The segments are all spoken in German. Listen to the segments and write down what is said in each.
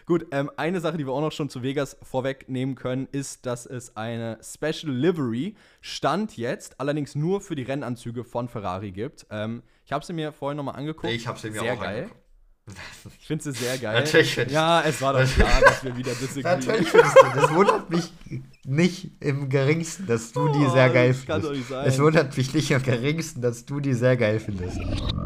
Gut, eine Sache, die wir auch noch schon zu Vegas vorwegnehmen können, ist, dass es eine Special Livery Stand jetzt, allerdings nur für die Rennanzüge von Ferrari gibt. Ich habe sie mir vorhin nochmal angeguckt. Ich habe sie mir sehr auch geil. angeguckt. Ich finde sie sehr geil. Natürlich finde ich Ja, es war doch klar, dass wir wieder disagreeen. Natürlich findest du. Das wundert mich nicht im geringsten, dass du die sehr geil das kann doch nicht findest. sein. Es wundert mich nicht im geringsten, dass du die sehr geil findest.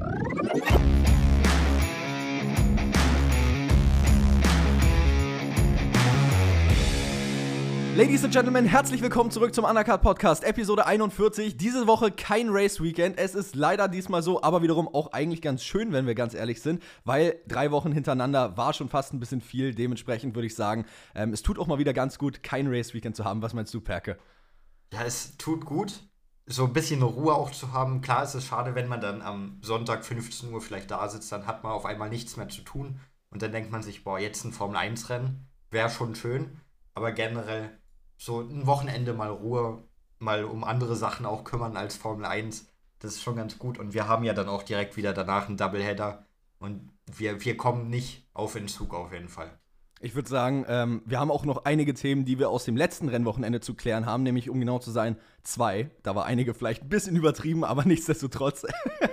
Ladies and Gentlemen, herzlich willkommen zurück zum Undercut Podcast, Episode 41. Diese Woche kein Race-Weekend. Es ist leider diesmal so, aber wiederum auch eigentlich ganz schön, wenn wir ganz ehrlich sind, weil 3 Wochen hintereinander war schon fast ein bisschen viel. Dementsprechend würde ich sagen, es tut auch mal wieder ganz gut, kein Race-Weekend zu haben. Was meinst du, Perke? Ja, es tut gut, so ein bisschen Ruhe auch zu haben. Klar ist es schade, wenn man dann am Sonntag 15 Uhr vielleicht da sitzt, dann hat man auf einmal nichts mehr zu tun. Und dann denkt man sich, boah, jetzt ein Formel-1-Rennen, wäre schon schön. Aber generell so ein Wochenende mal Ruhe, mal um andere Sachen auch kümmern als Formel 1, das ist schon ganz gut. Und wir haben ja dann auch direkt wieder danach einen Doubleheader. Und wir kommen nicht auf Entzug auf jeden Fall. Ich würde sagen, wir haben auch noch einige Themen, die wir aus dem letzten Rennwochenende zu klären haben, nämlich, um genau zu sein, 2. Da war einige vielleicht ein bisschen übertrieben, aber nichtsdestotrotz.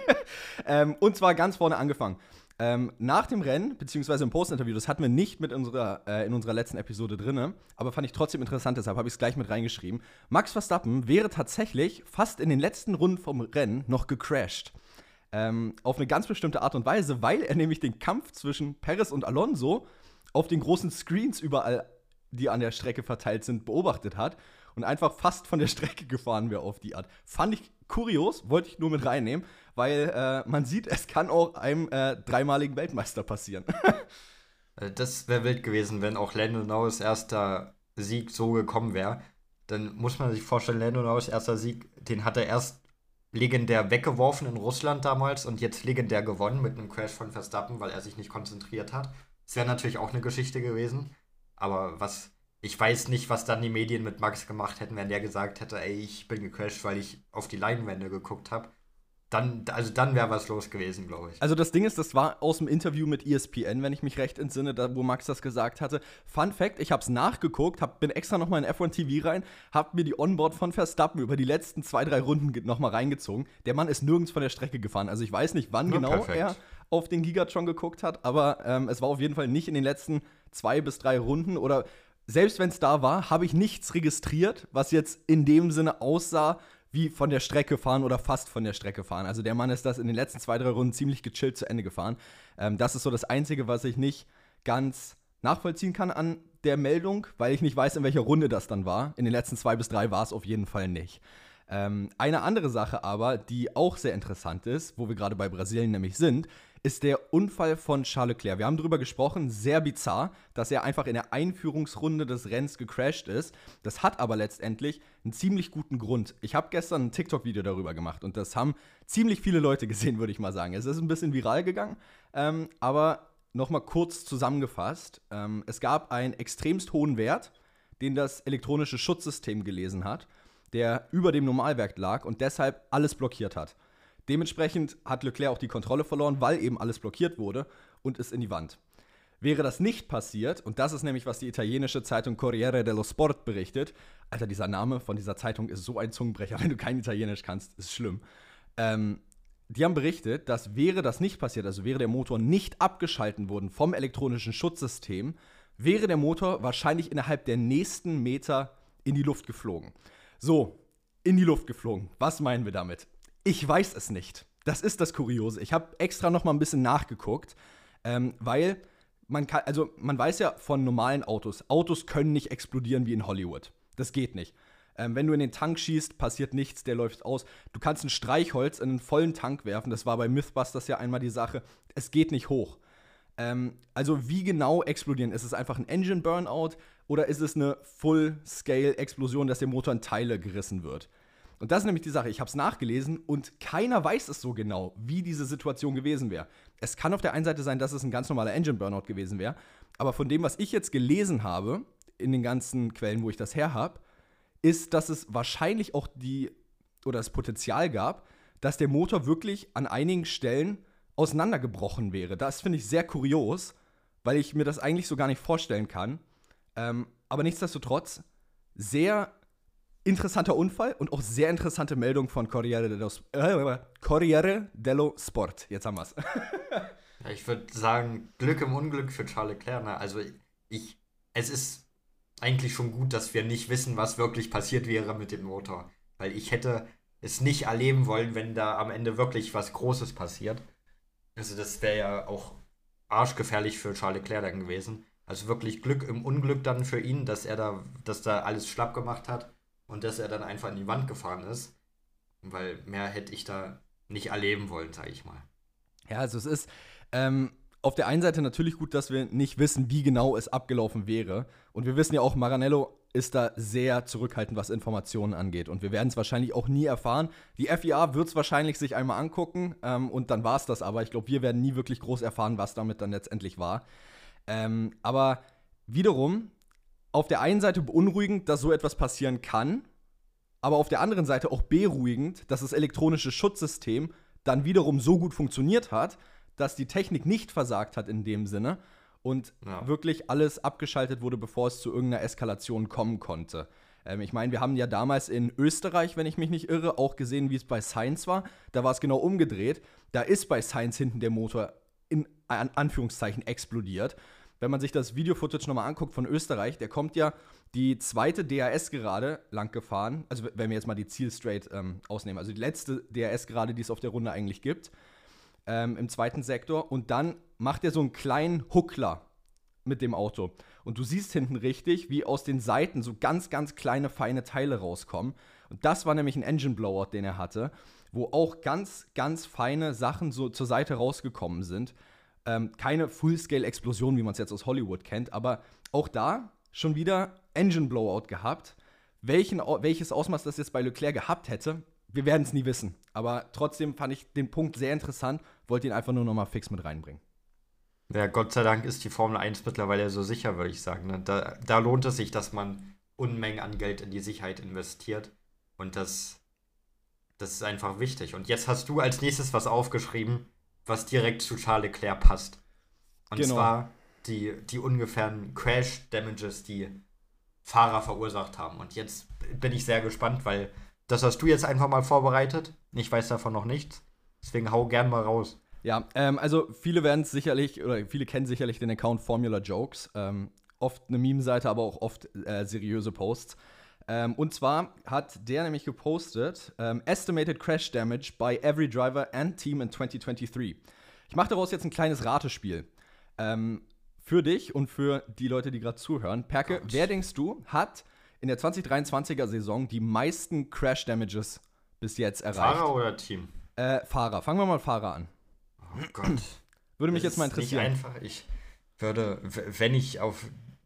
Und zwar ganz vorne angefangen. Nach dem Rennen, beziehungsweise im Post-Interview, das hatten wir nicht mit in unserer letzten Episode drin, aber fand ich trotzdem interessant, deshalb habe ich es gleich mit reingeschrieben. Max Verstappen wäre tatsächlich fast in den letzten Runden vom Rennen noch gecrashed. Auf eine ganz bestimmte Art und Weise, weil er nämlich den Kampf zwischen Perez und Alonso auf den großen Screens überall, die an der Strecke verteilt sind, beobachtet hat und einfach fast von der Strecke gefahren wäre auf die Art. Fand ich kurios, wollte ich nur mit reinnehmen, weil man sieht, es kann auch einem 3-maligen Weltmeister passieren. Das wäre wild gewesen, wenn auch Lando Norris' erster Sieg so gekommen wäre. Dann muss man sich vorstellen, Lando Norris' erster Sieg, den hat er erst legendär weggeworfen in Russland damals und jetzt legendär gewonnen mit einem Crash von Verstappen, weil er sich nicht konzentriert hat. Das wäre natürlich auch eine Geschichte gewesen. Aber ich weiß nicht, was dann die Medien mit Max gemacht hätten, wenn der gesagt hätte, ey, ich bin gecrashed, weil ich auf die Leinwände geguckt habe. Dann wäre was los gewesen, glaube ich. Also das Ding ist, das war aus dem Interview mit ESPN, wenn ich mich recht entsinne, wo Max das gesagt hatte. Fun Fact, ich habe es nachgeguckt, bin extra nochmal in F1 TV rein, habe mir die Onboard von Verstappen über die letzten 2-3 Runden nochmal reingezogen. Der Mann ist nirgends von der Strecke gefahren. Also ich weiß nicht, wann genau perfekt. er auf den Gigatron geguckt hat, aber es war auf jeden Fall nicht in den letzten 2 bis 3 Runden oder selbst wenn es da war, habe ich nichts registriert, was jetzt in dem Sinne aussah, wie von der Strecke fahren oder fast von der Strecke fahren. Also der Mann ist das in den letzten 2-3 Runden ziemlich gechillt zu Ende gefahren. Das ist so das Einzige, was ich nicht ganz nachvollziehen kann an der Meldung, weil ich nicht weiß, in welcher Runde das dann war. In den letzten 2 bis 3 war es auf jeden Fall nicht. Eine andere Sache aber, die auch sehr interessant ist, wo wir gerade bei Brasilien nämlich sind, ist der Unfall von Charles Leclerc. Wir haben darüber gesprochen, sehr bizarr, dass er einfach in der Einführungsrunde des Rennens gecrashed ist. Das hat aber letztendlich einen ziemlich guten Grund. Ich habe gestern ein TikTok-Video darüber gemacht und das haben ziemlich viele Leute gesehen, würde ich mal sagen. Es ist ein bisschen viral gegangen, aber nochmal kurz zusammengefasst. Es gab einen extremst hohen Wert, den das elektronische Schutzsystem gelesen hat, der über dem Normalwert lag und deshalb alles blockiert hat. Dementsprechend hat Leclerc auch die Kontrolle verloren, weil eben alles blockiert wurde und ist in die Wand. Wäre das nicht passiert, und das ist nämlich, was die italienische Zeitung Corriere dello Sport berichtet, Alter, dieser Name von dieser Zeitung ist so ein Zungenbrecher, wenn du kein Italienisch kannst, ist schlimm. Die haben berichtet, dass wäre das nicht passiert, also wäre der Motor nicht abgeschalten worden vom elektronischen Schutzsystem, wäre der Motor wahrscheinlich innerhalb der nächsten Meter in die Luft geflogen. So, in die Luft geflogen. Was meinen wir damit? Ich weiß es nicht. Das ist das Kuriose. Ich habe extra noch mal ein bisschen nachgeguckt, weil man weiß ja von normalen Autos können nicht explodieren wie in Hollywood. Das geht nicht. Wenn du in den Tank schießt, passiert nichts, der läuft aus. Du kannst ein Streichholz in einen vollen Tank werfen. Das war bei Mythbusters ja einmal die Sache. Es geht nicht hoch. Also wie genau explodieren? Ist es einfach ein Engine-Burnout oder ist es eine Full-Scale-Explosion, dass der Motor in Teile gerissen wird? Und das ist nämlich die Sache. Ich habe es nachgelesen und keiner weiß es so genau, wie diese Situation gewesen wäre. Es kann auf der einen Seite sein, dass es ein ganz normaler Engine-Burnout gewesen wäre, aber von dem, was ich jetzt gelesen habe, in den ganzen Quellen, wo ich das her habe, ist, dass es wahrscheinlich auch das Potenzial gab, dass der Motor wirklich an einigen Stellen auseinandergebrochen wäre. Das finde ich sehr kurios, weil ich mir das eigentlich so gar nicht vorstellen kann. Aber nichtsdestotrotz, sehr interessanter Unfall und auch sehr interessante Meldung von Corriere dello Sport. Jetzt haben wir es. Ja, ich würde sagen, Glück im Unglück für Charles Leclerc. Ne? Also es ist eigentlich schon gut, dass wir nicht wissen, was wirklich passiert wäre mit dem Motor. Weil ich hätte es nicht erleben wollen, wenn da am Ende wirklich was Großes passiert. Also das wäre ja auch arschgefährlich für Charles Leclerc dann gewesen. Also wirklich Glück im Unglück dann für ihn, dass da alles schlapp gemacht hat und dass er dann einfach in die Wand gefahren ist. Weil mehr hätte ich da nicht erleben wollen, sage ich mal. Ja, also es ist auf der einen Seite natürlich gut, dass wir nicht wissen, wie genau es abgelaufen wäre. Und wir wissen ja auch, Maranello ist da sehr zurückhaltend, was Informationen angeht. Und wir werden es wahrscheinlich auch nie erfahren. Die FIA wird es wahrscheinlich sich einmal angucken und dann war es das aber. Ich glaube, wir werden nie wirklich groß erfahren, was damit dann letztendlich war. Aber wiederum, auf der einen Seite beunruhigend, dass so etwas passieren kann, aber auf der anderen Seite auch beruhigend, dass das elektronische Schutzsystem dann wiederum so gut funktioniert hat, dass die Technik nicht versagt hat in dem Sinne und wirklich alles abgeschaltet wurde, bevor es zu irgendeiner Eskalation kommen konnte. Ich meine, wir haben ja damals in Österreich, wenn ich mich nicht irre, auch gesehen, wie es bei Sainz war. Da war es genau umgedreht. Da ist bei Sainz hinten der Motor in Anführungszeichen explodiert. Wenn man sich das Video-Footage nochmal anguckt von Österreich, der kommt ja die zweite DRS-Gerade lang gefahren. Also wenn wir jetzt mal die Zielstraight ausnehmen. Also die letzte DRS-Gerade, die es auf der Runde eigentlich gibt. Im zweiten Sektor. Und dann macht er so einen kleinen Huckler mit dem Auto. Und du siehst hinten richtig, wie aus den Seiten so ganz, ganz kleine, feine Teile rauskommen. Und das war nämlich ein Engine-Blowout, den er hatte, wo auch ganz, ganz feine Sachen so zur Seite rausgekommen sind. Keine Full-Scale-Explosion, wie man es jetzt aus Hollywood kennt, aber auch da schon wieder Engine-Blowout gehabt. Welches Ausmaß das jetzt bei Leclerc gehabt hätte, wir werden es nie wissen. Aber trotzdem fand ich den Punkt sehr interessant, wollte ihn einfach nur noch mal fix mit reinbringen. Ja, Gott sei Dank ist die Formel 1 mittlerweile so sicher, würde ich sagen. Ne? Da lohnt es sich, dass man Unmengen an Geld in die Sicherheit investiert. Und das ist einfach wichtig. Und jetzt hast du als nächstes was aufgeschrieben, was direkt zu Charles Leclerc passt. Und zwar die ungefähren Crash-Damages, die Fahrer verursacht haben. Und jetzt bin ich sehr gespannt, weil das hast du jetzt einfach mal vorbereitet. Ich weiß davon noch nichts. Deswegen hau gern mal raus. Ja, also viele werden es sicherlich, oder viele kennen sicherlich den Account Formula Jokes. Oft eine Meme-Seite, aber auch oft seriöse Posts. Und zwar hat der nämlich gepostet, Estimated Crash Damage by every driver and team in 2023. Ich mache daraus jetzt ein kleines Ratespiel. Für dich und für die Leute, die gerade zuhören. Perke, wer denkst du, hat in der 2023er Saison die meisten Crash Damages bis jetzt erreicht? Fahrer oder Team? Fahrer. Fangen wir mal Fahrer an. Oh Gott. Würde mich jetzt mal interessieren. Nicht einfach. Ich würde, wenn ich auf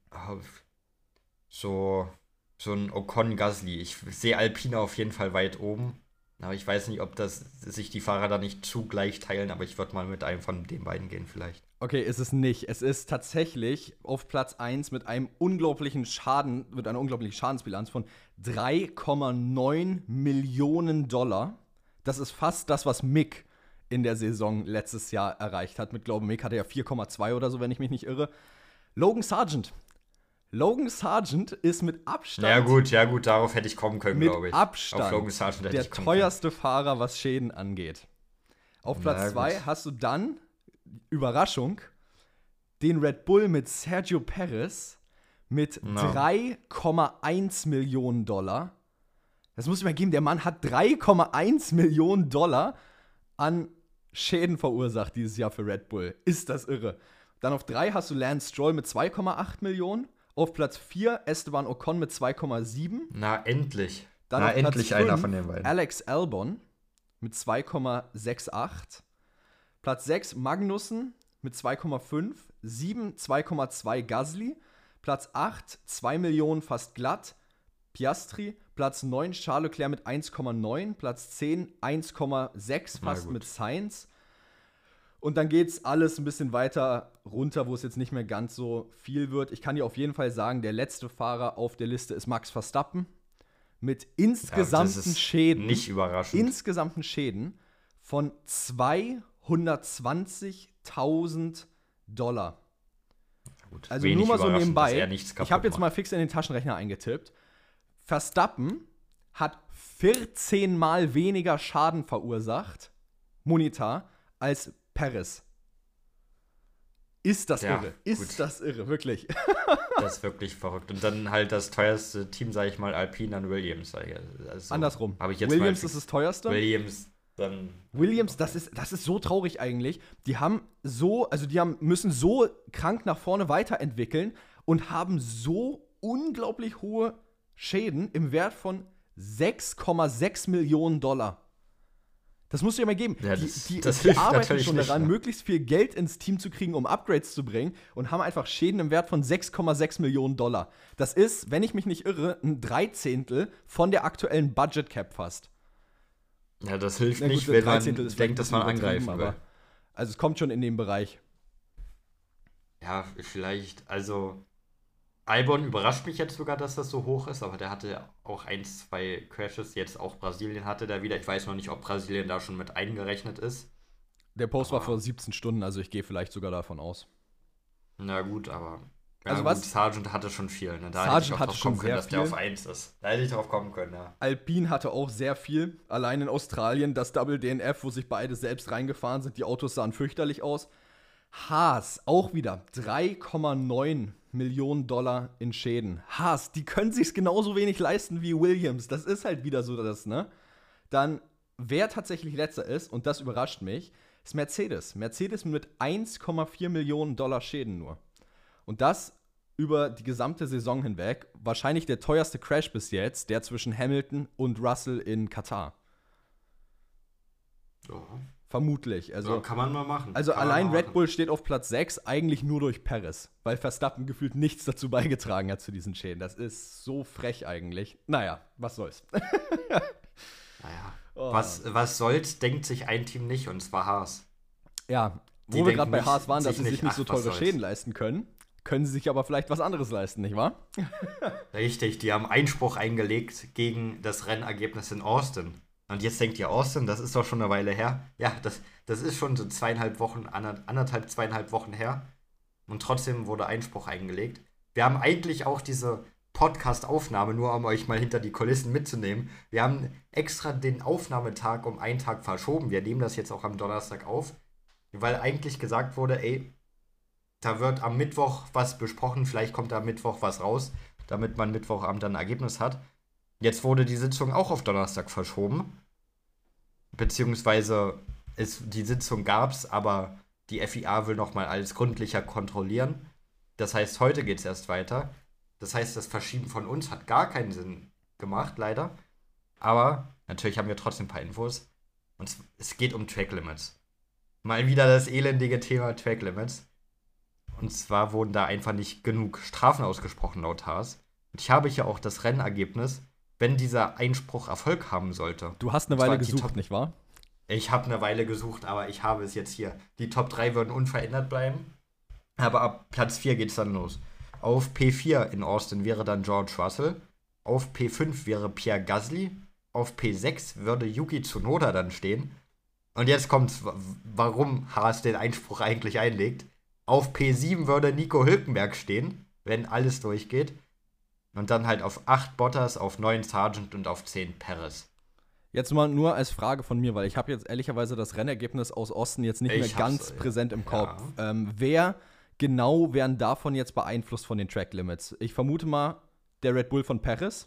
so ein Ocon Gasly, ich sehe Alpine auf jeden Fall weit oben. Aber ich weiß nicht, ob sich die Fahrer da nicht zu gleich teilen, aber ich würde mal mit einem von den beiden gehen vielleicht. Okay, ist es nicht. Es ist tatsächlich auf Platz 1 mit einer unglaublichen Schadensbilanz von 3,9 Millionen $. Das ist fast das, was Mick in der Saison letztes Jahr erreicht hat. Mit, glaube ich, Mick hatte ja 4,2 oder so, wenn ich mich nicht irre. Logan Sargent ist mit Abstand. Ja gut, darauf hätte ich kommen können, glaube ich. Mit Abstand auf Logan Sargent hätte der ich kommen teuerste Fahrer, was Schäden angeht. Auf Platz 2 hast du dann, Überraschung, den Red Bull mit Sergio Perez mit 3,1 Millionen $. Das muss ich mal geben, der Mann hat 3,1 Millionen $ an Schäden verursacht dieses Jahr für Red Bull. Ist das irre. Dann auf 3 hast du Lance Stroll mit 2,8 Millionen. Auf Platz 4 Esteban Ocon mit 2,7. Na, endlich. Dann auf endlich Platz 5, einer von den beiden. Alex Albon mit 2,68. Platz 6 Magnussen mit 2,5. 7 2,2 Gasly. Platz 8 2 Millionen fast glatt Piastri. Platz 9 Charles Leclerc mit 1,9. Platz 10 1,6 fast mit Sainz. Und dann geht's alles ein bisschen weiter runter, wo es jetzt nicht mehr ganz so viel wird. Ich kann dir auf jeden Fall sagen, der letzte Fahrer auf der Liste ist Max Verstappen. Mit insgesamten Schäden. Nicht überraschend. Insgesamten Schäden von $220.000. gut. Also nur mal so überraschend, dass nebenbei. er nichts kaputt Ich habe jetzt macht. mal fix in den Taschenrechner eingetippt. Verstappen hat 14 Mal weniger Schaden verursacht, monetar, als Perez. Ist das Ja, irre? Ist gut. das irre, wirklich? Das ist wirklich verrückt. Und dann halt das teuerste Team, sage ich mal, Alpine, dann Williams. Also, Andersrum. Habe ich jetzt Williams mal ist das teuerste. Williams dann. Williams, das ist so traurig eigentlich. Müssen so krank nach vorne weiterentwickeln und haben so unglaublich hohe Schäden im Wert von 6,6 Millionen $. Das musst du dir mal geben. Ja, die das hilft arbeiten natürlich schon nicht, daran, ne? möglichst viel Geld ins Team zu kriegen, um Upgrades zu bringen und haben einfach Schäden im Wert von 6,6 Millionen $. Das ist, wenn ich mich nicht irre, ein Dreizehntel von der aktuellen Budget Cap fast. Ja, das hilft Na gut, nicht, wenn man Dreizehntel ist denkt, vielleicht dass ein man bisschen angreifen übertrieben, will. aber also es kommt schon in den Bereich. Ja, vielleicht, also Albon überrascht mich jetzt sogar, dass das so hoch ist, aber der hatte auch 1, 2 Crashes. Jetzt auch Brasilien hatte der wieder. Ich weiß noch nicht, ob Brasilien da schon mit eingerechnet ist. Der Post war Aber- vor 17 Stunden, also ich gehe vielleicht sogar davon aus. Na gut, aber. Also gut, was- Sargent hatte schon viel. Ne? Da Sargent hätte ich auch hatte drauf schon kommen können, sehr dass der viel. auf 1 ist. Da hätte ich drauf kommen können, ja. Alpine hatte auch sehr viel. Allein in Australien das Double DNF, wo sich beide selbst reingefahren sind. Die Autos sahen fürchterlich aus. Haas, auch wieder 3,9 Millionen $, in Schäden. Haas, die können sich's genauso wenig leisten wie Williams. Das ist halt wieder so das, ne? Dann, wer tatsächlich letzter ist, und das überrascht mich, ist Mercedes. Mercedes mit 1,4 Millionen $ Schäden nur. Und das über die gesamte Saison hinweg. Wahrscheinlich der teuerste Crash bis jetzt, der zwischen Hamilton und Russell in Katar. Ja. Vermutlich. Also, kann man mal machen. also Kann man allein mal Red machen. Bull steht auf Platz 6, eigentlich nur durch Perez, weil Verstappen gefühlt nichts dazu beigetragen hat zu diesen Schäden. Das ist so frech eigentlich. Naja, was soll's. Naja. Oh. Was soll's, denkt sich ein Team nicht, und zwar Haas. Ja, Die wo wir gerade denken bei nicht- Haas waren, dass sich sie sich nicht, nicht so ach, was teure soll's. Schäden leisten können, können sie sich aber vielleicht was anderes leisten, nicht wahr? Richtig, die haben Einspruch eingelegt gegen das Rennergebnis in Austin. Und jetzt denkt ihr, Austin, das ist doch schon eine Weile her. Ja, das ist schon so 2,5 Wochen, 2,5 Wochen her. Und trotzdem wurde Einspruch eingelegt. Wir haben eigentlich auch diese Podcast-Aufnahme, nur um euch mal hinter die Kulissen mitzunehmen. Wir haben extra den Aufnahmetag um einen Tag verschoben. Wir nehmen das jetzt auch am Donnerstag auf, weil eigentlich gesagt wurde, ey, da wird am Mittwoch was besprochen, vielleicht kommt da am Mittwoch was raus, damit man Mittwochabend dann ein Ergebnis hat. Jetzt wurde die Sitzung auch auf Donnerstag verschoben. Beziehungsweise die Sitzung gab es, aber die FIA will nochmal alles gründlicher kontrollieren. Das heißt, heute geht es erst weiter. Das heißt, das Verschieben von uns hat gar keinen Sinn gemacht, leider. Aber natürlich haben wir trotzdem ein paar Infos. Und es geht um Track Limits. Mal wieder das elendige Thema Track Limits. Und zwar wurden da einfach nicht genug Strafen ausgesprochen laut Haas. Und ich habe hier auch das Rennergebnis, wenn dieser Einspruch Erfolg haben sollte. Du hast eine Und zwar Weile die gesucht, Top- nicht wahr? Ich habe eine Weile gesucht, aber ich habe es jetzt hier. Die Top 3 würden unverändert bleiben. Aber ab Platz 4 geht es dann los. Auf P4 in Austin wäre dann George Russell. Auf P5 wäre Pierre Gasly. Auf P6 würde Yuki Tsunoda dann stehen. Und jetzt kommt's, warum Haas den Einspruch eigentlich einlegt. Auf P7 würde Nico Hülkenberg stehen, wenn alles durchgeht. Und dann halt auf 8 Bottas, auf 9 Sargent und auf 10 Perez. Jetzt mal nur als Frage von mir, weil ich habe jetzt ehrlicherweise das Rennergebnis aus Osten jetzt nicht mehr Ich hab's, ganz präsent im Kopf. ja. Wer genau werden davon jetzt beeinflusst von den Track Limits? Ich vermute mal, der Red Bull von Perez.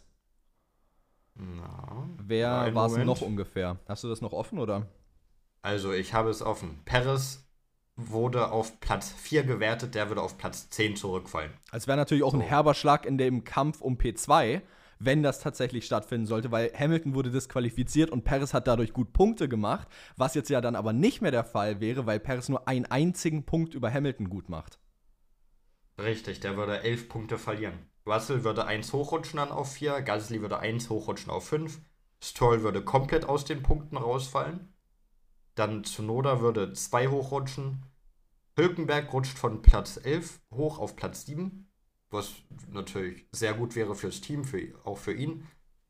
Na, Wer einen war es Moment. noch ungefähr? Hast du das noch offen, oder? Also, ich habe es offen. Perez wurde auf Platz 4 gewertet, der würde auf Platz 10 zurückfallen. Es wäre natürlich auch ein So. herber Schlag in dem Kampf um P2, wenn das tatsächlich stattfinden sollte, weil Hamilton wurde disqualifiziert und Perez hat dadurch gut Punkte gemacht, was jetzt ja dann aber nicht mehr der Fall wäre, weil Perez nur einen einzigen Punkt über Hamilton gut macht. Richtig, der würde 11 Punkte verlieren. Russell würde 1 hochrutschen dann auf 4, Gasly würde 1 hochrutschen auf 5, Stroll würde komplett aus den Punkten rausfallen, dann Tsunoda würde 2 hochrutschen, Hülkenberg rutscht von Platz 11 hoch auf Platz 7, was natürlich sehr gut wäre fürs Team, auch für ihn.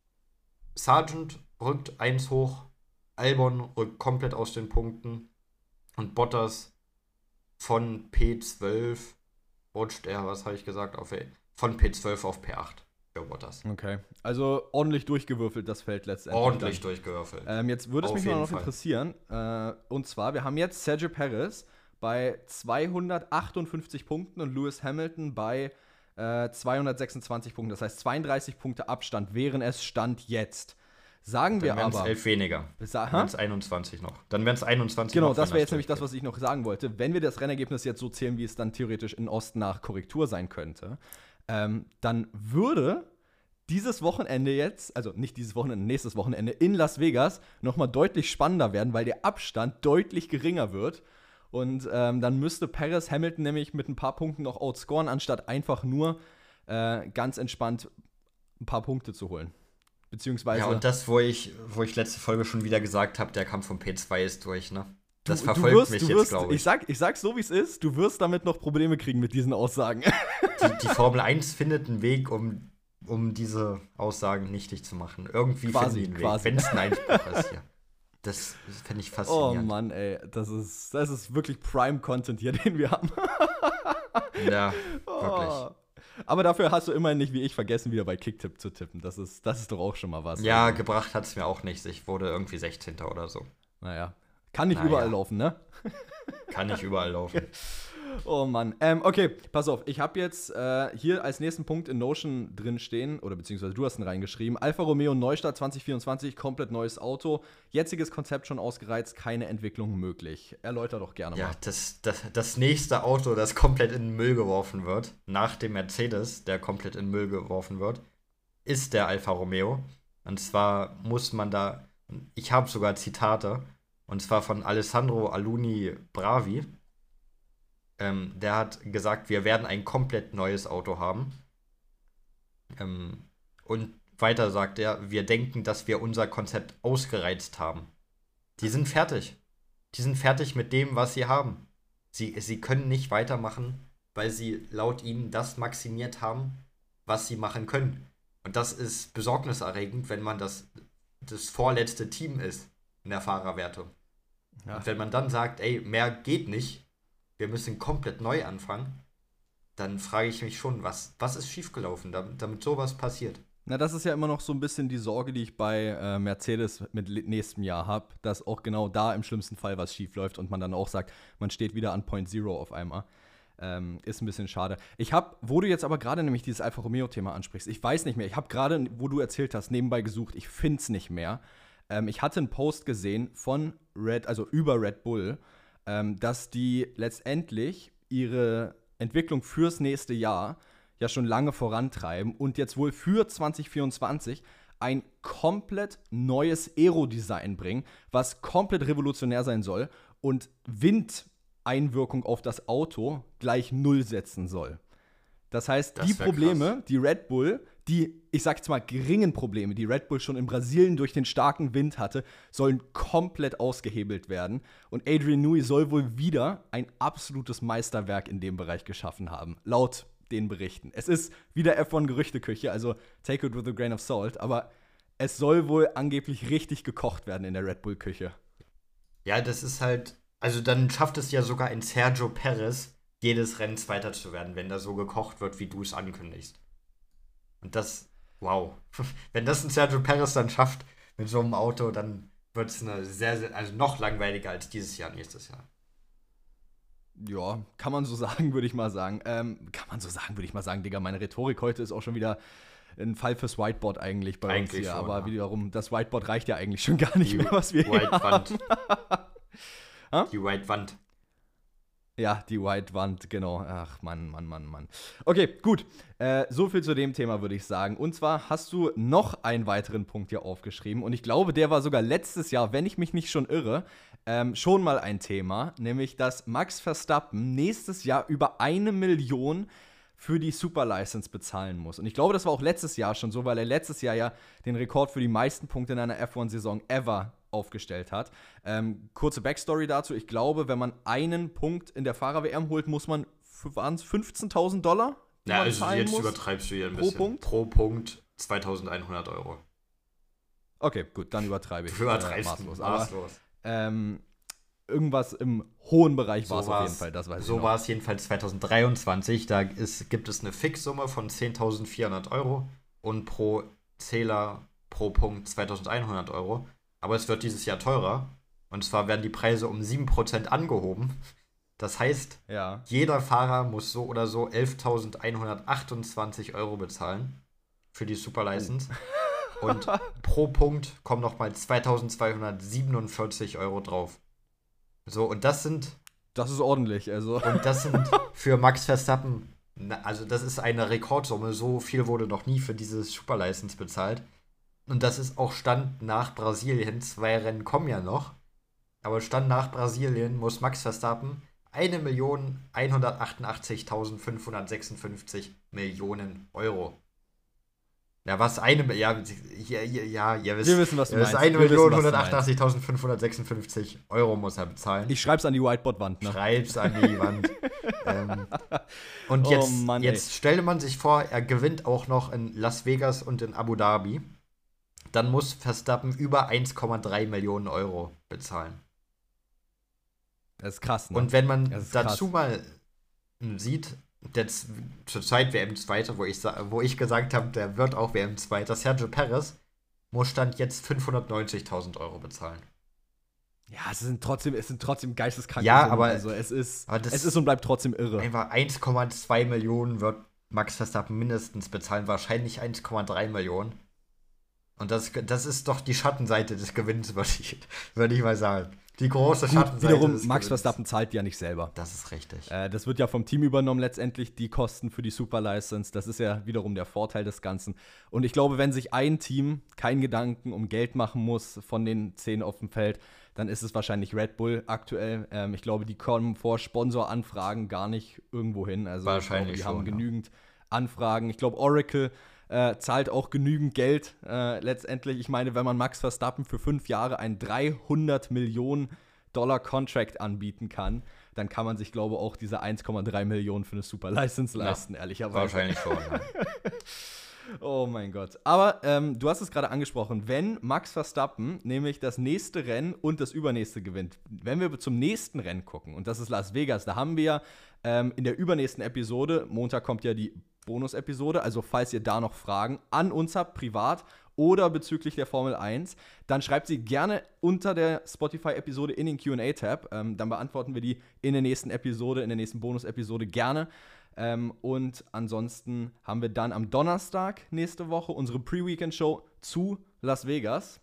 Sargent rückt 1 hoch, Albon rückt komplett aus den Punkten und Bottas von P12 rutscht er, was habe ich gesagt, von P12 auf P8 für Bottas. Okay, also ordentlich durchgewürfelt das Feld letztendlich. Ordentlich durchgewürfelt. Jetzt würde es mich noch interessieren, und zwar, wir haben jetzt Sergio Perez bei 258 Punkten und Lewis Hamilton bei 226 Punkten. Das heißt 32 Punkte Abstand wären es Stand jetzt. Sagen wir aber. Dann wären es 11 weniger. Dann wären es 21 noch. Dann wären es 21 genau, das wäre jetzt nämlich das, was ich noch sagen wollte. Wenn wir das Rennergebnis jetzt so zählen, wie es dann theoretisch in Osten nach Korrektur sein könnte, dann würde dieses Wochenende jetzt, also nicht dieses Wochenende, nächstes Wochenende in Las Vegas nochmal deutlich spannender werden, weil der Abstand deutlich geringer wird. Und dann müsste Perez Hamilton nämlich mit ein paar Punkten noch outscoren, anstatt einfach nur ganz entspannt ein paar Punkte zu holen. Beziehungsweise. Ja, und das, wo ich letzte Folge schon wieder gesagt habe, der Kampf vom P2 ist durch, ne? Das verfolgt mich jetzt, glaube ich. Ich sag's so, wie es ist, du wirst damit noch Probleme kriegen mit diesen Aussagen. Die Formel 1 findet einen Weg, um diese Aussagen nichtig zu machen. Irgendwie finden die einen Weg, wenn es ein Einspruch ist hier. Das fände ich faszinierend. Oh Mann, ey, das ist wirklich Prime-Content hier, den wir haben. Ja, wirklich. Aber dafür hast du immerhin nicht, wie ich, vergessen, wieder bei Kicktipp zu tippen. Das ist doch auch schon mal was. Ja, also. Gebracht hat es mir auch nichts. Ich wurde irgendwie 16. oder so. Naja, kann nicht überall laufen, ne? Kann nicht überall laufen. Oh Mann. Okay, pass auf. Ich habe jetzt hier als nächsten Punkt in Notion drin stehen, oder beziehungsweise du hast ihn reingeschrieben. Alfa Romeo Neustart 2024, komplett neues Auto. Jetziges Konzept schon ausgereizt, keine Entwicklung möglich. Erläuter doch gerne mal. Ja, das nächste Auto, das komplett in den Müll geworfen wird, nach dem Mercedes, der komplett in den Müll geworfen wird, ist der Alfa Romeo. Und zwar muss man da, ich habe sogar Zitate, und zwar von Alessandro Aluni Bravi. Der hat gesagt, wir werden ein komplett neues Auto haben. Und weiter sagt er, wir denken, dass wir unser Konzept ausgereizt haben. Die sind fertig. Die sind fertig mit dem, was sie haben. Sie können nicht weitermachen, weil sie laut ihnen das maximiert haben, was sie machen können. Und das ist besorgniserregend, wenn man das vorletzte Team ist in der Fahrerwertung. Ja. Und wenn man dann sagt, ey, mehr geht nicht, wir müssen komplett neu anfangen, dann frage ich mich schon, was ist schiefgelaufen, damit sowas passiert? Na, das ist ja immer noch so ein bisschen die Sorge, die ich bei Mercedes mit nächstem Jahr habe, dass auch genau da im schlimmsten Fall was schief läuft und man dann auch sagt, man steht wieder an Point Zero auf einmal. Ist ein bisschen schade. Wo du jetzt aber gerade nämlich dieses Alfa Romeo-Thema ansprichst, ich weiß nicht mehr, ich habe gerade, wo du erzählt hast, nebenbei gesucht, ich finde es nicht mehr. Ich hatte einen Post gesehen über Red Bull, dass die letztendlich ihre Entwicklung fürs nächste Jahr ja schon lange vorantreiben und jetzt wohl für 2024 ein komplett neues Aero-Design bringen, was komplett revolutionär sein soll und Windeinwirkung auf das Auto gleich 0 setzen soll. Das heißt, die Probleme, krass. Die Red Bull, ich sag jetzt mal, geringen Probleme, die Red Bull schon in Brasilien durch den starken Wind hatte, sollen komplett ausgehebelt werden. Und Adrian Newey soll wohl wieder ein absolutes Meisterwerk in dem Bereich geschaffen haben, laut den Berichten. Es ist wieder F1-Gerüchteküche, also take it with a grain of salt, aber es soll wohl angeblich richtig gekocht werden in der Red Bull-Küche. Ja, das ist halt, also dann schafft es ja sogar in Sergio Perez, jedes Rennen Zweiter zu werden, wenn da so gekocht wird, wie du es ankündigst. Und das, wow. Wenn das ein Sergio Perez dann schafft mit so einem Auto, dann wird es eine sehr, sehr, also noch langweiliger als dieses Jahr, nächstes Jahr. Ja, kann man so sagen, würde ich mal sagen. Digga, meine Rhetorik heute ist auch schon wieder ein Fall fürs Whiteboard eigentlich bei uns hier. Schon, aber wiederum, das Whiteboard reicht ja eigentlich schon gar nicht mehr, was wir hier haben. Die White Wand. Ja, die White Wand, genau. Ach, Mann. Okay, gut. So viel zu dem Thema, würde ich sagen. Und zwar hast du noch einen weiteren Punkt hier aufgeschrieben. Und ich glaube, der war sogar letztes Jahr, wenn ich mich nicht schon irre, schon mal ein Thema. Nämlich, dass Max Verstappen nächstes Jahr über 1 Million für die Superlicense bezahlen muss. Und ich glaube, das war auch letztes Jahr schon so, weil er letztes Jahr ja den Rekord für die meisten Punkte in einer F1-Saison ever aufgestellt hat. Kurze Backstory dazu. Ich glaube, wenn man einen Punkt in der Fahrer-WM holt, muss man, waren es $15.000? Ja, also jetzt übertreibst du hier ein bisschen. Pro Punkt 2.100 Euro. Okay, gut, dann übertreibe ich. Du übertreibst maßlos. Aber, irgendwas im hohen Bereich war es So auf jeden Fall, das weiß ich So noch. war es jedenfalls 2023. Gibt es eine Fixsumme von 10.400 Euro und pro Zähler pro Punkt 2.100 Euro. Aber es wird dieses Jahr teurer. Und zwar werden die Preise um 7% angehoben. Das heißt, Ja. jeder Fahrer muss so oder so 11.128 Euro bezahlen für die Superlicense. Und pro Punkt kommen nochmal 2.247 Euro drauf. So, Das ist ordentlich, also. und das sind für Max Verstappen, also das ist eine Rekordsumme. So viel wurde noch nie für diese Superlicense bezahlt. Und das ist auch Stand nach Brasilien. 2 Rennen kommen ja noch. Aber Stand nach Brasilien muss Max Verstappen 1.188.556 Millionen Euro. Ja, was eine. Ja, ihr wisst. Wir wissen, was du Das ist meinst. Wir wissen, was du 1.188.556 Euro muss er bezahlen. Ich schreib's an die Whiteboard-Wand, ne? Schreib's an die Wand. Und jetzt, Mann, jetzt stelle man sich vor, er gewinnt auch noch in Las Vegas und in Abu Dhabi. Dann muss Verstappen über 1,3 Millionen Euro bezahlen. Das ist krass, ne? Und wenn man Das ist dazu krass. mal sieht, jetzt zur Zeit WM-Zweiter, wo ich gesagt habe, der wird auch WM-Zweiter, Sergio Perez muss Stand jetzt 590.000 Euro bezahlen. Ja, es sind trotzdem geisteskranke Ja, Summen. aber- Also es ist aber das- und bleibt trotzdem irre. Einfach 1,2 Millionen wird Max Verstappen mindestens bezahlen, wahrscheinlich 1,3 Millionen. Und das ist doch die Schattenseite des Gewinns, würde ich mal sagen. Die große Gut, Schattenseite wiederum, des Max Gewinns. Verstappen zahlt ja nicht selber. Das ist richtig. Das wird ja vom Team übernommen letztendlich, die Kosten für die Superlicense. Das ist ja wiederum der Vorteil des Ganzen. Und ich glaube, wenn sich ein Team keinen Gedanken um Geld machen muss von den 10 auf dem Feld, dann ist es wahrscheinlich Red Bull aktuell. Ich glaube, die kommen vor Sponsoranfragen gar nicht irgendwo hin. Also Wahrscheinlich ich glaube, die haben schon, ja. genügend Anfragen. Ich glaube, Oracle zahlt auch genügend Geld letztendlich. Ich meine, wenn man Max Verstappen für 5 Jahre einen 300 Millionen Dollar Contract anbieten kann, dann kann man sich, glaube ich, auch diese 1,3 Millionen für eine Super License leisten, ehrlicherweise. Wahrscheinlich schon. Ja. Oh mein Gott. Aber du hast es gerade angesprochen, wenn Max Verstappen nämlich das nächste Rennen und das übernächste gewinnt, wenn wir zum nächsten Rennen gucken, und das ist Las Vegas, da haben wir ja in der übernächsten Episode, Montag kommt ja die Bonus-Episode, also falls ihr da noch Fragen an uns habt, privat oder bezüglich der Formel 1, dann schreibt sie gerne unter der Spotify-Episode in den Q&A-Tab. Dann beantworten wir die in der nächsten Episode, in der nächsten Bonus-Episode gerne. Und ansonsten haben wir dann am Donnerstag nächste Woche unsere Pre-Weekend-Show zu Las Vegas.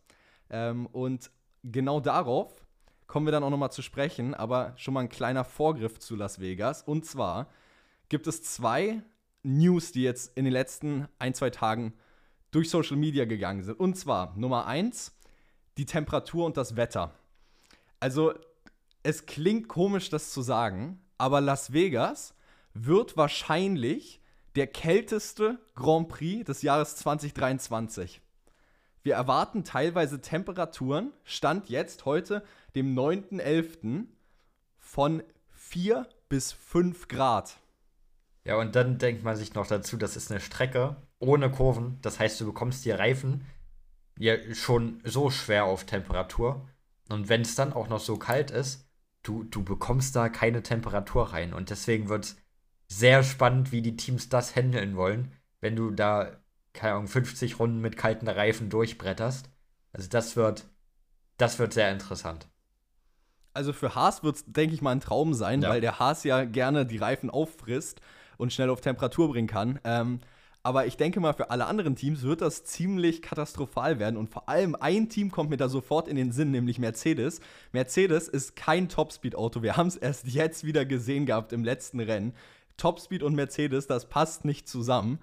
Und genau darauf kommen wir dann auch nochmal zu sprechen, aber schon mal ein kleiner Vorgriff zu Las Vegas. Und zwar gibt es 2 News, die jetzt in den letzten 1-2 Tagen durch Social Media gegangen sind. Und zwar Nummer 1, die Temperatur und das Wetter. Also, es klingt komisch, das zu sagen, aber Las Vegas wird wahrscheinlich der kälteste Grand Prix des Jahres 2023. Wir erwarten teilweise Temperaturen, Stand jetzt heute, dem 9.11., von 4 bis 5 Grad. Ja, und dann denkt man sich noch dazu, das ist eine Strecke ohne Kurven. Das heißt, du bekommst die Reifen ja schon so schwer auf Temperatur. Und wenn es dann auch noch so kalt ist, du bekommst da keine Temperatur rein. Und deswegen wird es sehr spannend, wie die Teams das handeln wollen, wenn du da, keine Ahnung, 50 Runden mit kalten Reifen durchbretterst. Also das wird sehr interessant. Also für Haas wird es, denke ich mal, ein Traum sein, Ja. weil der Haas ja gerne die Reifen auffrisst und schnell auf Temperatur bringen kann. Aber ich denke mal, für alle anderen Teams wird das ziemlich katastrophal werden. Und vor allem ein Team kommt mir da sofort in den Sinn, nämlich Mercedes. Mercedes ist kein Topspeed-Auto. Wir haben es erst jetzt wieder gesehen gehabt im letzten Rennen. Topspeed und Mercedes, das passt nicht zusammen.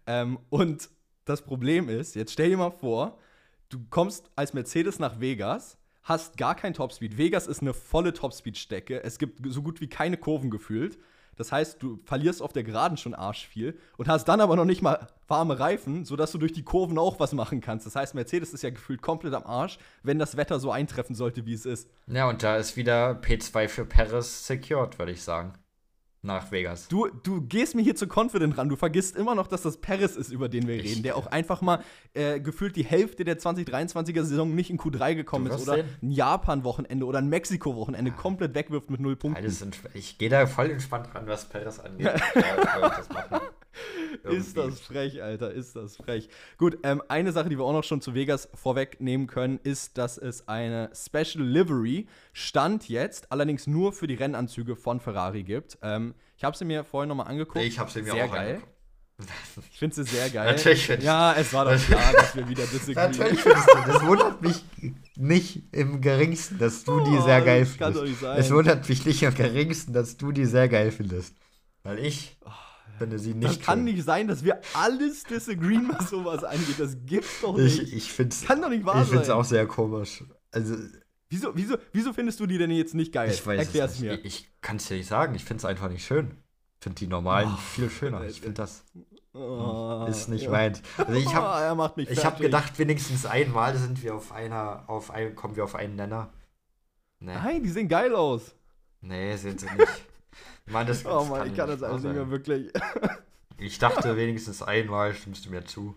Und das Problem ist, jetzt stell dir mal vor, du kommst als Mercedes nach Vegas, hast gar kein Topspeed. Vegas ist eine volle Topspeed-Strecke. Es gibt so gut wie keine Kurven gefühlt. Das heißt, du verlierst auf der Geraden schon arsch viel und hast dann aber noch nicht mal warme Reifen, sodass du durch die Kurven auch was machen kannst. Das heißt, Mercedes ist ja gefühlt komplett am Arsch, wenn das Wetter so eintreffen sollte, wie es ist. Ja, und da ist wieder P2 für Perez secured, würde ich sagen. nach Vegas. Du gehst mir hier zu confident ran. Du vergisst immer noch, dass das Perez ist, über den wir reden, der auch einfach mal gefühlt die Hälfte der 2023er Saison nicht in Q3 gekommen ist oder ein Japan-Wochenende oder ein Mexiko-Wochenende komplett wegwirft mit 0 Punkten. Ich gehe da voll entspannt ran, was Perez angeht. Das machen. Ist das frech, Alter, ist das frech. Gut, eine Sache, die wir auch noch schon zu Vegas vorwegnehmen können, ist, dass es eine Special Livery Stand jetzt, allerdings nur für die Rennanzüge von Ferrari gibt. Ich habe sie mir vorhin nochmal angeguckt. Ich habe sie mir sehr auch geil. angeguckt. Ich finde sie sehr geil. Natürlich finde ich. Ja, es war doch klar, dass wir wieder disagreeen. Natürlich findest du. Das wundert mich nicht im geringsten, dass du die sehr geil findest. Kann doch nicht sein. Es wundert mich nicht im geringsten, dass du die sehr geil findest. Weil ich finde sie nicht. Das kann nicht sein, dass wir alles disagreeen, was sowas angeht. Das gibt's doch nicht. Ich find's, kann doch nicht wahr sein. Ich finde es auch sehr komisch. Also, wieso findest du die denn jetzt nicht geil? Ich weiß Erklär's es mir. nicht. Ich kann es dir nicht sagen. Ich finde es einfach nicht schön. Ich finde die normalen viel schöner. Ich finde das ist nicht meins. Also ich habe gedacht, wenigstens einmal sind wir kommen wir auf einen Nenner. Nee. Nein, die sehen geil aus. Nee, sind sie nicht. Mann, ich kann das alles nicht mehr wirklich. Ich dachte, wenigstens einmal stimmst du mir zu.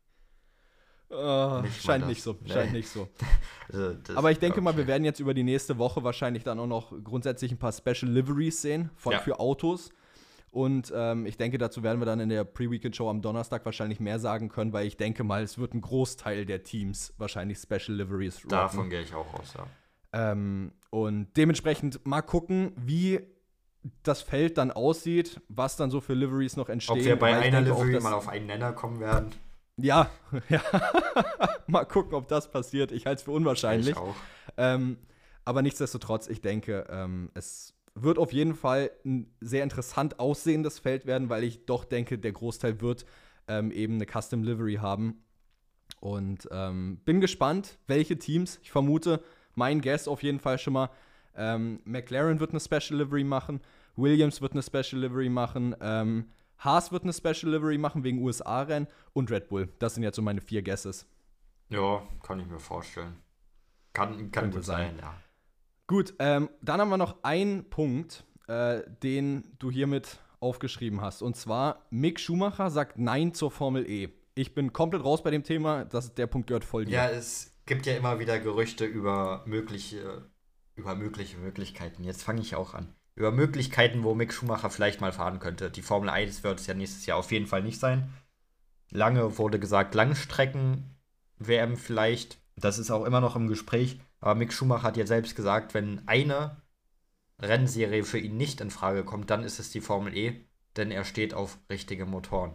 Scheint nicht so. Also, aber ich denke mal, wir werden jetzt über die nächste Woche wahrscheinlich dann auch noch grundsätzlich ein paar Special Liveries sehen für Autos. Und ich denke, dazu werden wir dann in der Pre-Weekend-Show am Donnerstag wahrscheinlich mehr sagen können, weil ich denke mal, es wird ein Großteil der Teams wahrscheinlich Special Liveries rocken. Davon gehe ich auch aus, ja. Und dementsprechend mal gucken, wie das Feld dann aussieht, was dann so für Liveries noch entstehen. Ob wir bei einer Livery mal auf einen Nenner kommen werden. Ja. Mal gucken, ob das passiert. Ich halte es für unwahrscheinlich. Ich auch. Aber nichtsdestotrotz, ich denke, es wird auf jeden Fall ein sehr interessant aussehendes Feld werden, weil ich doch denke, der Großteil wird eben eine Custom Livery haben. Und bin gespannt, welche Teams. Ich vermute, mein Guess auf jeden Fall schon mal, McLaren wird eine Special Livery machen, Williams wird eine Special Livery machen, Haas wird eine Special Livery machen wegen USA-Rennen und Red Bull. Das sind jetzt so meine 4 Guesses. Ja, kann ich mir vorstellen. Kann gut sein, ja. Gut, dann haben wir noch einen Punkt, den du hiermit aufgeschrieben hast. Und zwar, Mick Schumacher sagt Nein zur Formel E. Ich bin komplett raus bei dem Thema, der Punkt gehört voll dir. Ja, es gibt ja immer wieder Gerüchte über mögliche Möglichkeiten. Jetzt fange ich auch an. Über Möglichkeiten, wo Mick Schumacher vielleicht mal fahren könnte. Die Formel 1 wird es ja nächstes Jahr auf jeden Fall nicht sein. Lange wurde gesagt, Langstrecken-WM vielleicht. Das ist auch immer noch im Gespräch. Aber Mick Schumacher hat ja selbst gesagt, wenn eine Rennserie für ihn nicht in Frage kommt, dann ist es die Formel E, denn er steht auf richtige Motoren.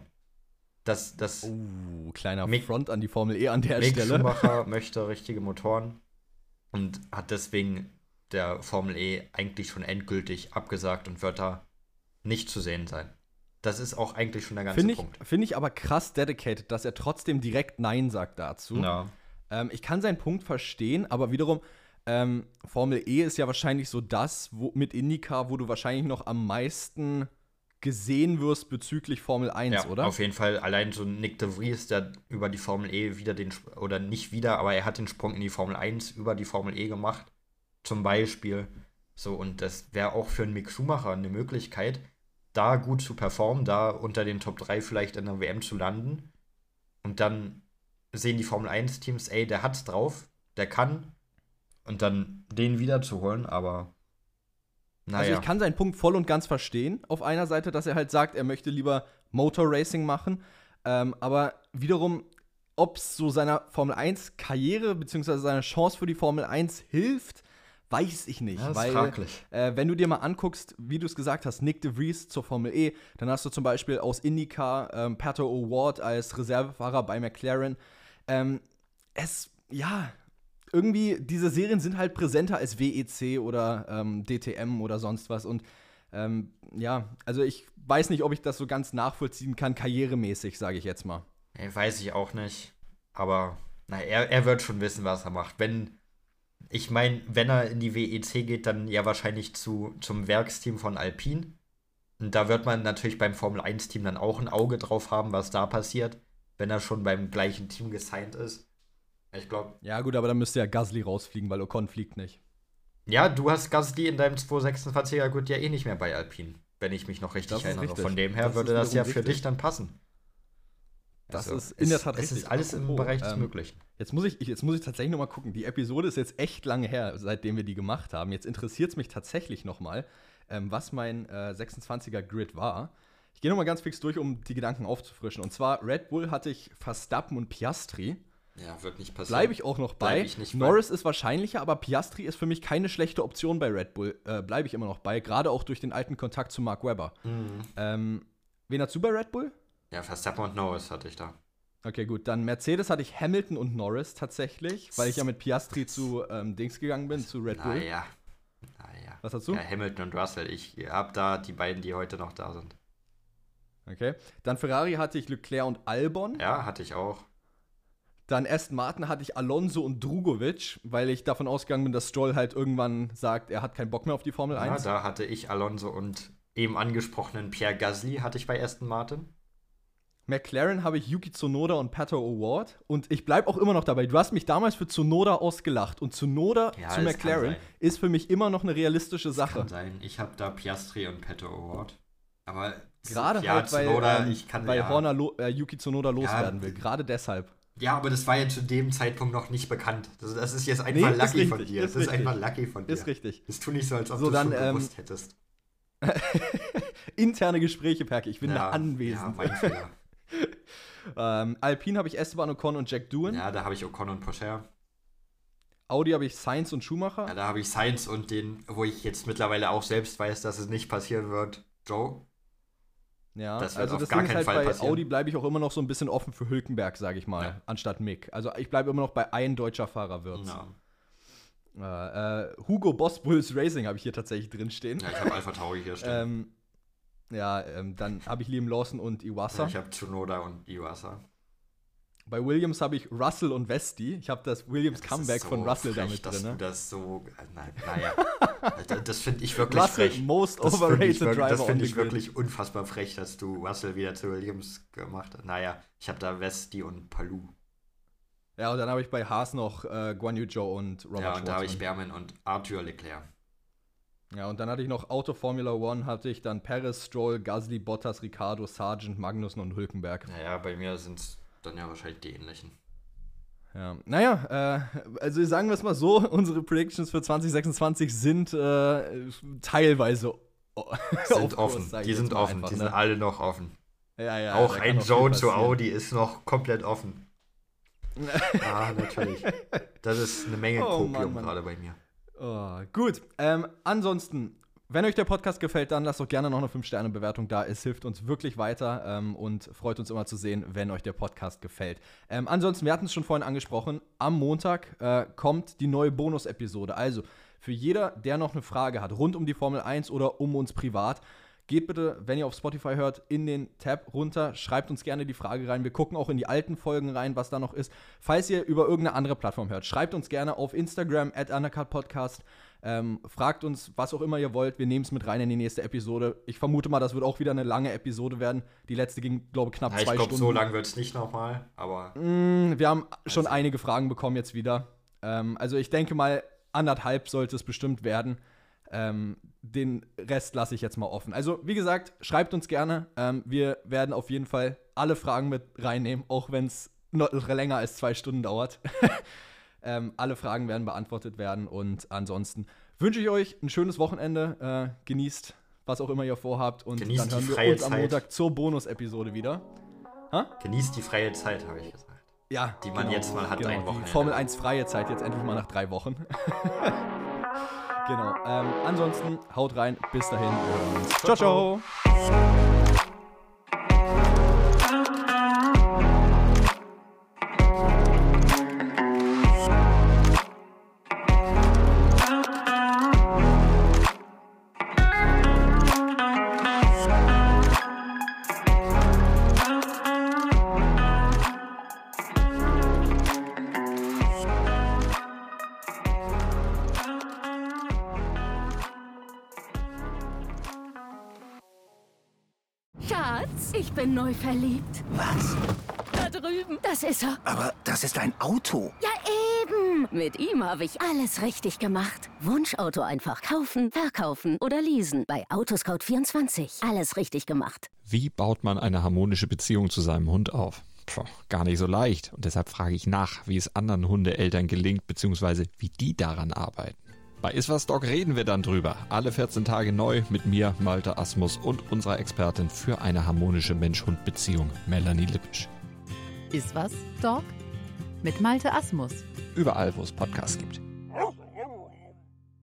Kleiner Front an die Formel E an der Stelle. Mick Schumacher möchte richtige Motoren und hat deswegen der Formel E eigentlich schon endgültig abgesagt und wird da nicht zu sehen sein. Das ist auch eigentlich schon der ganze Punkt. Finde ich aber krass dedicated, dass er trotzdem direkt Nein sagt dazu. Ja. Ich kann seinen Punkt verstehen, aber wiederum, Formel E ist ja wahrscheinlich so das, mit IndyCar, wo du wahrscheinlich noch am meisten gesehen wirst bezüglich Formel 1, ja, oder? Auf jeden Fall. Allein so Nick de Vries, der über die Formel E aber er hat den Sprung in die Formel 1 über die Formel E gemacht. Zum Beispiel. So, und das wäre auch für einen Mick Schumacher eine Möglichkeit, da gut zu performen, da unter den Top 3 vielleicht in der WM zu landen. Und dann sehen die Formel 1-Teams, ey, der hat's drauf, der kann. Und dann den wiederzuholen, aber naja. Also ich kann seinen Punkt voll und ganz verstehen. Auf einer Seite, dass er halt sagt, er möchte lieber Motor Racing machen. Aber wiederum, ob es so seiner Formel 1-Karriere bzw. seiner Chance für die Formel 1 hilft, weiß ich nicht. Ja, das ist weil, fraglich. Wenn du dir mal anguckst, wie du es gesagt hast, Nick de Vries zur Formel E, dann hast du zum Beispiel aus IndyCar Pato O'Ward als Reservefahrer bei McLaren. Irgendwie, diese Serien sind halt präsenter als WEC oder DTM oder sonst was. Und also ich weiß nicht, ob ich das so ganz nachvollziehen kann, karrieremäßig, sage ich jetzt mal. Weiß ich auch nicht. Aber er wird schon wissen, was er macht. Wenn er in die WEC geht, dann ja wahrscheinlich zum Werksteam von Alpine. Und da wird man natürlich beim Formel-1-Team dann auch ein Auge drauf haben, was da passiert, wenn er schon beim gleichen Team gesigned ist. Ich glaube. Ja, gut, aber dann müsste ja Gasly rausfliegen, weil Ocon fliegt nicht. Ja, du hast Gasly in deinem 226er gut ja eh nicht mehr bei Alpine. wenn ich mich noch richtig Das ist erinnere. richtig. Von dem her Das würde ist das ja wiederum für richtig. dich dann passen. Das Also, ist in der Tat es richtig. ist alles im Apropos, Bereich des Möglichen. Jetzt muss ich tatsächlich noch mal gucken. Die Episode ist jetzt echt lange her, seitdem wir die gemacht haben. Jetzt interessiert es mich tatsächlich noch mal, was mein 26er-Grid war. Ich gehe noch mal ganz fix durch, um die Gedanken aufzufrischen. Und zwar Red Bull hatte ich Verstappen und Piastri. Ja, wird nicht passieren. Bleibe ich auch noch bei. Bleib ich nicht bei. Norris ist wahrscheinlicher, aber Piastri ist für mich keine schlechte Option bei Red Bull. Bleibe ich immer noch bei, gerade auch durch den alten Kontakt zu Mark Webber. Wen hast du bei Red Bull? Ja, Verstappen und Norris hatte ich da. Okay, gut. Dann Mercedes hatte ich Hamilton und Norris tatsächlich, weil ich ja mit Piastri zu Dings gegangen bin, zu Red Bull. Naja. Was hast du? Ja, Hamilton und Russell. Ich habe da die beiden, die heute noch da sind. Okay. Dann Ferrari hatte ich Leclerc und Albon. Ja, hatte ich auch. Dann Aston Martin hatte ich Alonso und Drugovic, weil ich davon ausgegangen bin, dass Stroll halt irgendwann sagt, er hat keinen Bock mehr auf die Formel 1. Ja, da hatte ich Alonso und eben angesprochenen Pierre Gasly hatte ich bei Aston Martin. McLaren habe ich Yuki Tsunoda und Pato O'Ward. Und ich bleibe auch immer noch dabei. Du hast mich damals für Tsunoda ausgelacht. Und Tsunoda Ja, zu das McLaren kann sein. ist für mich immer noch eine realistische Sache. Kann sein. Ich habe da Piastri und Pato O'Ward. Aber Gerade ja, halt, Tsunoda, weil ja. Horner Yuki Tsunoda loswerden will. Gerade deshalb. Ja, aber das war ja zu dem Zeitpunkt noch nicht bekannt. Das ist jetzt einfach ist lucky von richtig, dir. ist Das ist richtig. einfach lucky von dir. Ist richtig. Das tu nicht so, als ob So, du es schon dann, gewusst hättest. Interne Gespräche, Perke. Ich bin da Ja, anwesend. mein Fehler. Alpine habe ich Esteban Ocon und Jack Doohan. Ja, da habe ich Ocon und Pocher. Audi habe ich Sainz und Schumacher. Ja, da habe ich Sainz und den, wo ich jetzt mittlerweile auch selbst weiß, dass es nicht passieren wird, Joe. Ja, Das wird also auf das gar Ding ist keinen halt Fall bei passieren. Audi bleibe ich auch immer noch so ein bisschen offen für Hülkenberg, sage ich mal, Ja. anstatt Mick. Also ich bleibe immer noch bei ein deutscher Fahrer wird's. Ja. Hugo Boss Bulls Racing habe ich hier tatsächlich drin stehen. Ja, ich habe Alpha Tauri hier stehen. Dann habe ich Liam Lawson und Iwasa. Ja, ich habe Tsunoda und Iwasa. Bei Williams habe ich Russell und Vesti. Ich habe das Williams Das Comeback ist so von Russell frech, damit dass drin. du das so, naja, das finde ich wirklich Russell, frech. most Das overrated finde ich, driver das on find the ich grid. wirklich unfassbar frech, dass du Russell wieder zu Williams gemacht hast. Naja, ich habe da Vesti und Palou. Ja, und dann habe ich bei Haas noch Guan Yu Zhou und Robert Ja, und da habe ich Schwartzman. Behrman und Arthur Leclerc. Ja, und dann hatte ich noch Auto Formula One, hatte ich dann Perez, Stroll, Gasly, Bottas, Ricciardo, Sargent, Magnussen und Hülkenberg. Naja, bei mir sind es dann ja wahrscheinlich die ähnlichen. Ja, naja, also sagen wir es mal so, unsere Predictions für 2026 sind teilweise Sind auf offen, Kurs, sag ich die jetzt sind mal offen, einfach, die ne? sind alle noch offen. Ja, Auch da ein kann noch viel Joe zu passieren. Audi ist noch komplett offen. Ah, natürlich. Das ist eine Menge Oh, Kopium Mann. gerade bei mir. Oh, gut, ansonsten, wenn euch der Podcast gefällt, dann lasst doch gerne noch eine 5-Sterne-Bewertung da. Es hilft uns wirklich weiter und freut uns immer zu sehen, wenn euch der Podcast gefällt. Ansonsten, wir hatten es schon vorhin angesprochen, am Montag kommt die neue Bonus-Episode. Also, für jeder, der noch eine Frage hat, rund um die Formel 1 oder um uns privat, geht bitte, wenn ihr auf Spotify hört, in den Tab runter, schreibt uns gerne die Frage rein. Wir gucken auch in die alten Folgen rein, was da noch ist. Falls ihr über irgendeine andere Plattform hört, schreibt uns gerne auf Instagram @undercutpodcast. Fragt uns, was auch immer ihr wollt. Wir nehmen es mit rein in die nächste Episode. Ich vermute mal, das wird auch wieder eine lange Episode werden. Die letzte ging, glaube ich, knapp Ja, 2 ich glaube, Stunden. so lang wird es nicht nochmal, aber Wir haben schon Also- einige Fragen bekommen jetzt wieder. Also ich denke mal, 1,5 sollte es bestimmt werden. Den Rest lasse ich jetzt mal offen. Also, wie gesagt, schreibt uns gerne. Wir werden auf jeden Fall alle Fragen mit reinnehmen, auch wenn es noch länger als 2 Stunden dauert. Alle Fragen werden beantwortet werden. Und ansonsten wünsche ich euch ein schönes Wochenende. Genießt, was auch immer ihr vorhabt. Und Genießt dann hören die wir freie uns am Zeit. Montag zur Bonus-Episode wieder. genießt die freie Zeit, habe ich gesagt. Ja, Die man jetzt mal hat, ein Die Wochenende. Formel 1 freie Zeit jetzt endlich mal nach 3 Wochen. Genau. Ansonsten haut rein. Bis dahin. Wir hören uns. Ciao, ciao. Schatz, ich bin neu verliebt. Was? Da drüben. Das ist er. Aber das ist ein Auto. Ja, eben. Mit ihm habe ich alles richtig gemacht. Wunschauto einfach kaufen, verkaufen oder leasen. Bei Autoscout24. Alles richtig gemacht. Wie baut man eine harmonische Beziehung zu seinem Hund auf? Gar nicht so leicht. Und deshalb frage ich nach, wie es anderen Hundeeltern gelingt, beziehungsweise wie die daran arbeiten. Bei Iswas Dog reden wir dann drüber. Alle 14 Tage neu mit mir, Malte Asmus, und unserer Expertin für eine harmonische Mensch-Hund-Beziehung, Melanie Lippisch. Iswas Dog? Mit Malte Asmus. Überall, wo es Podcasts gibt.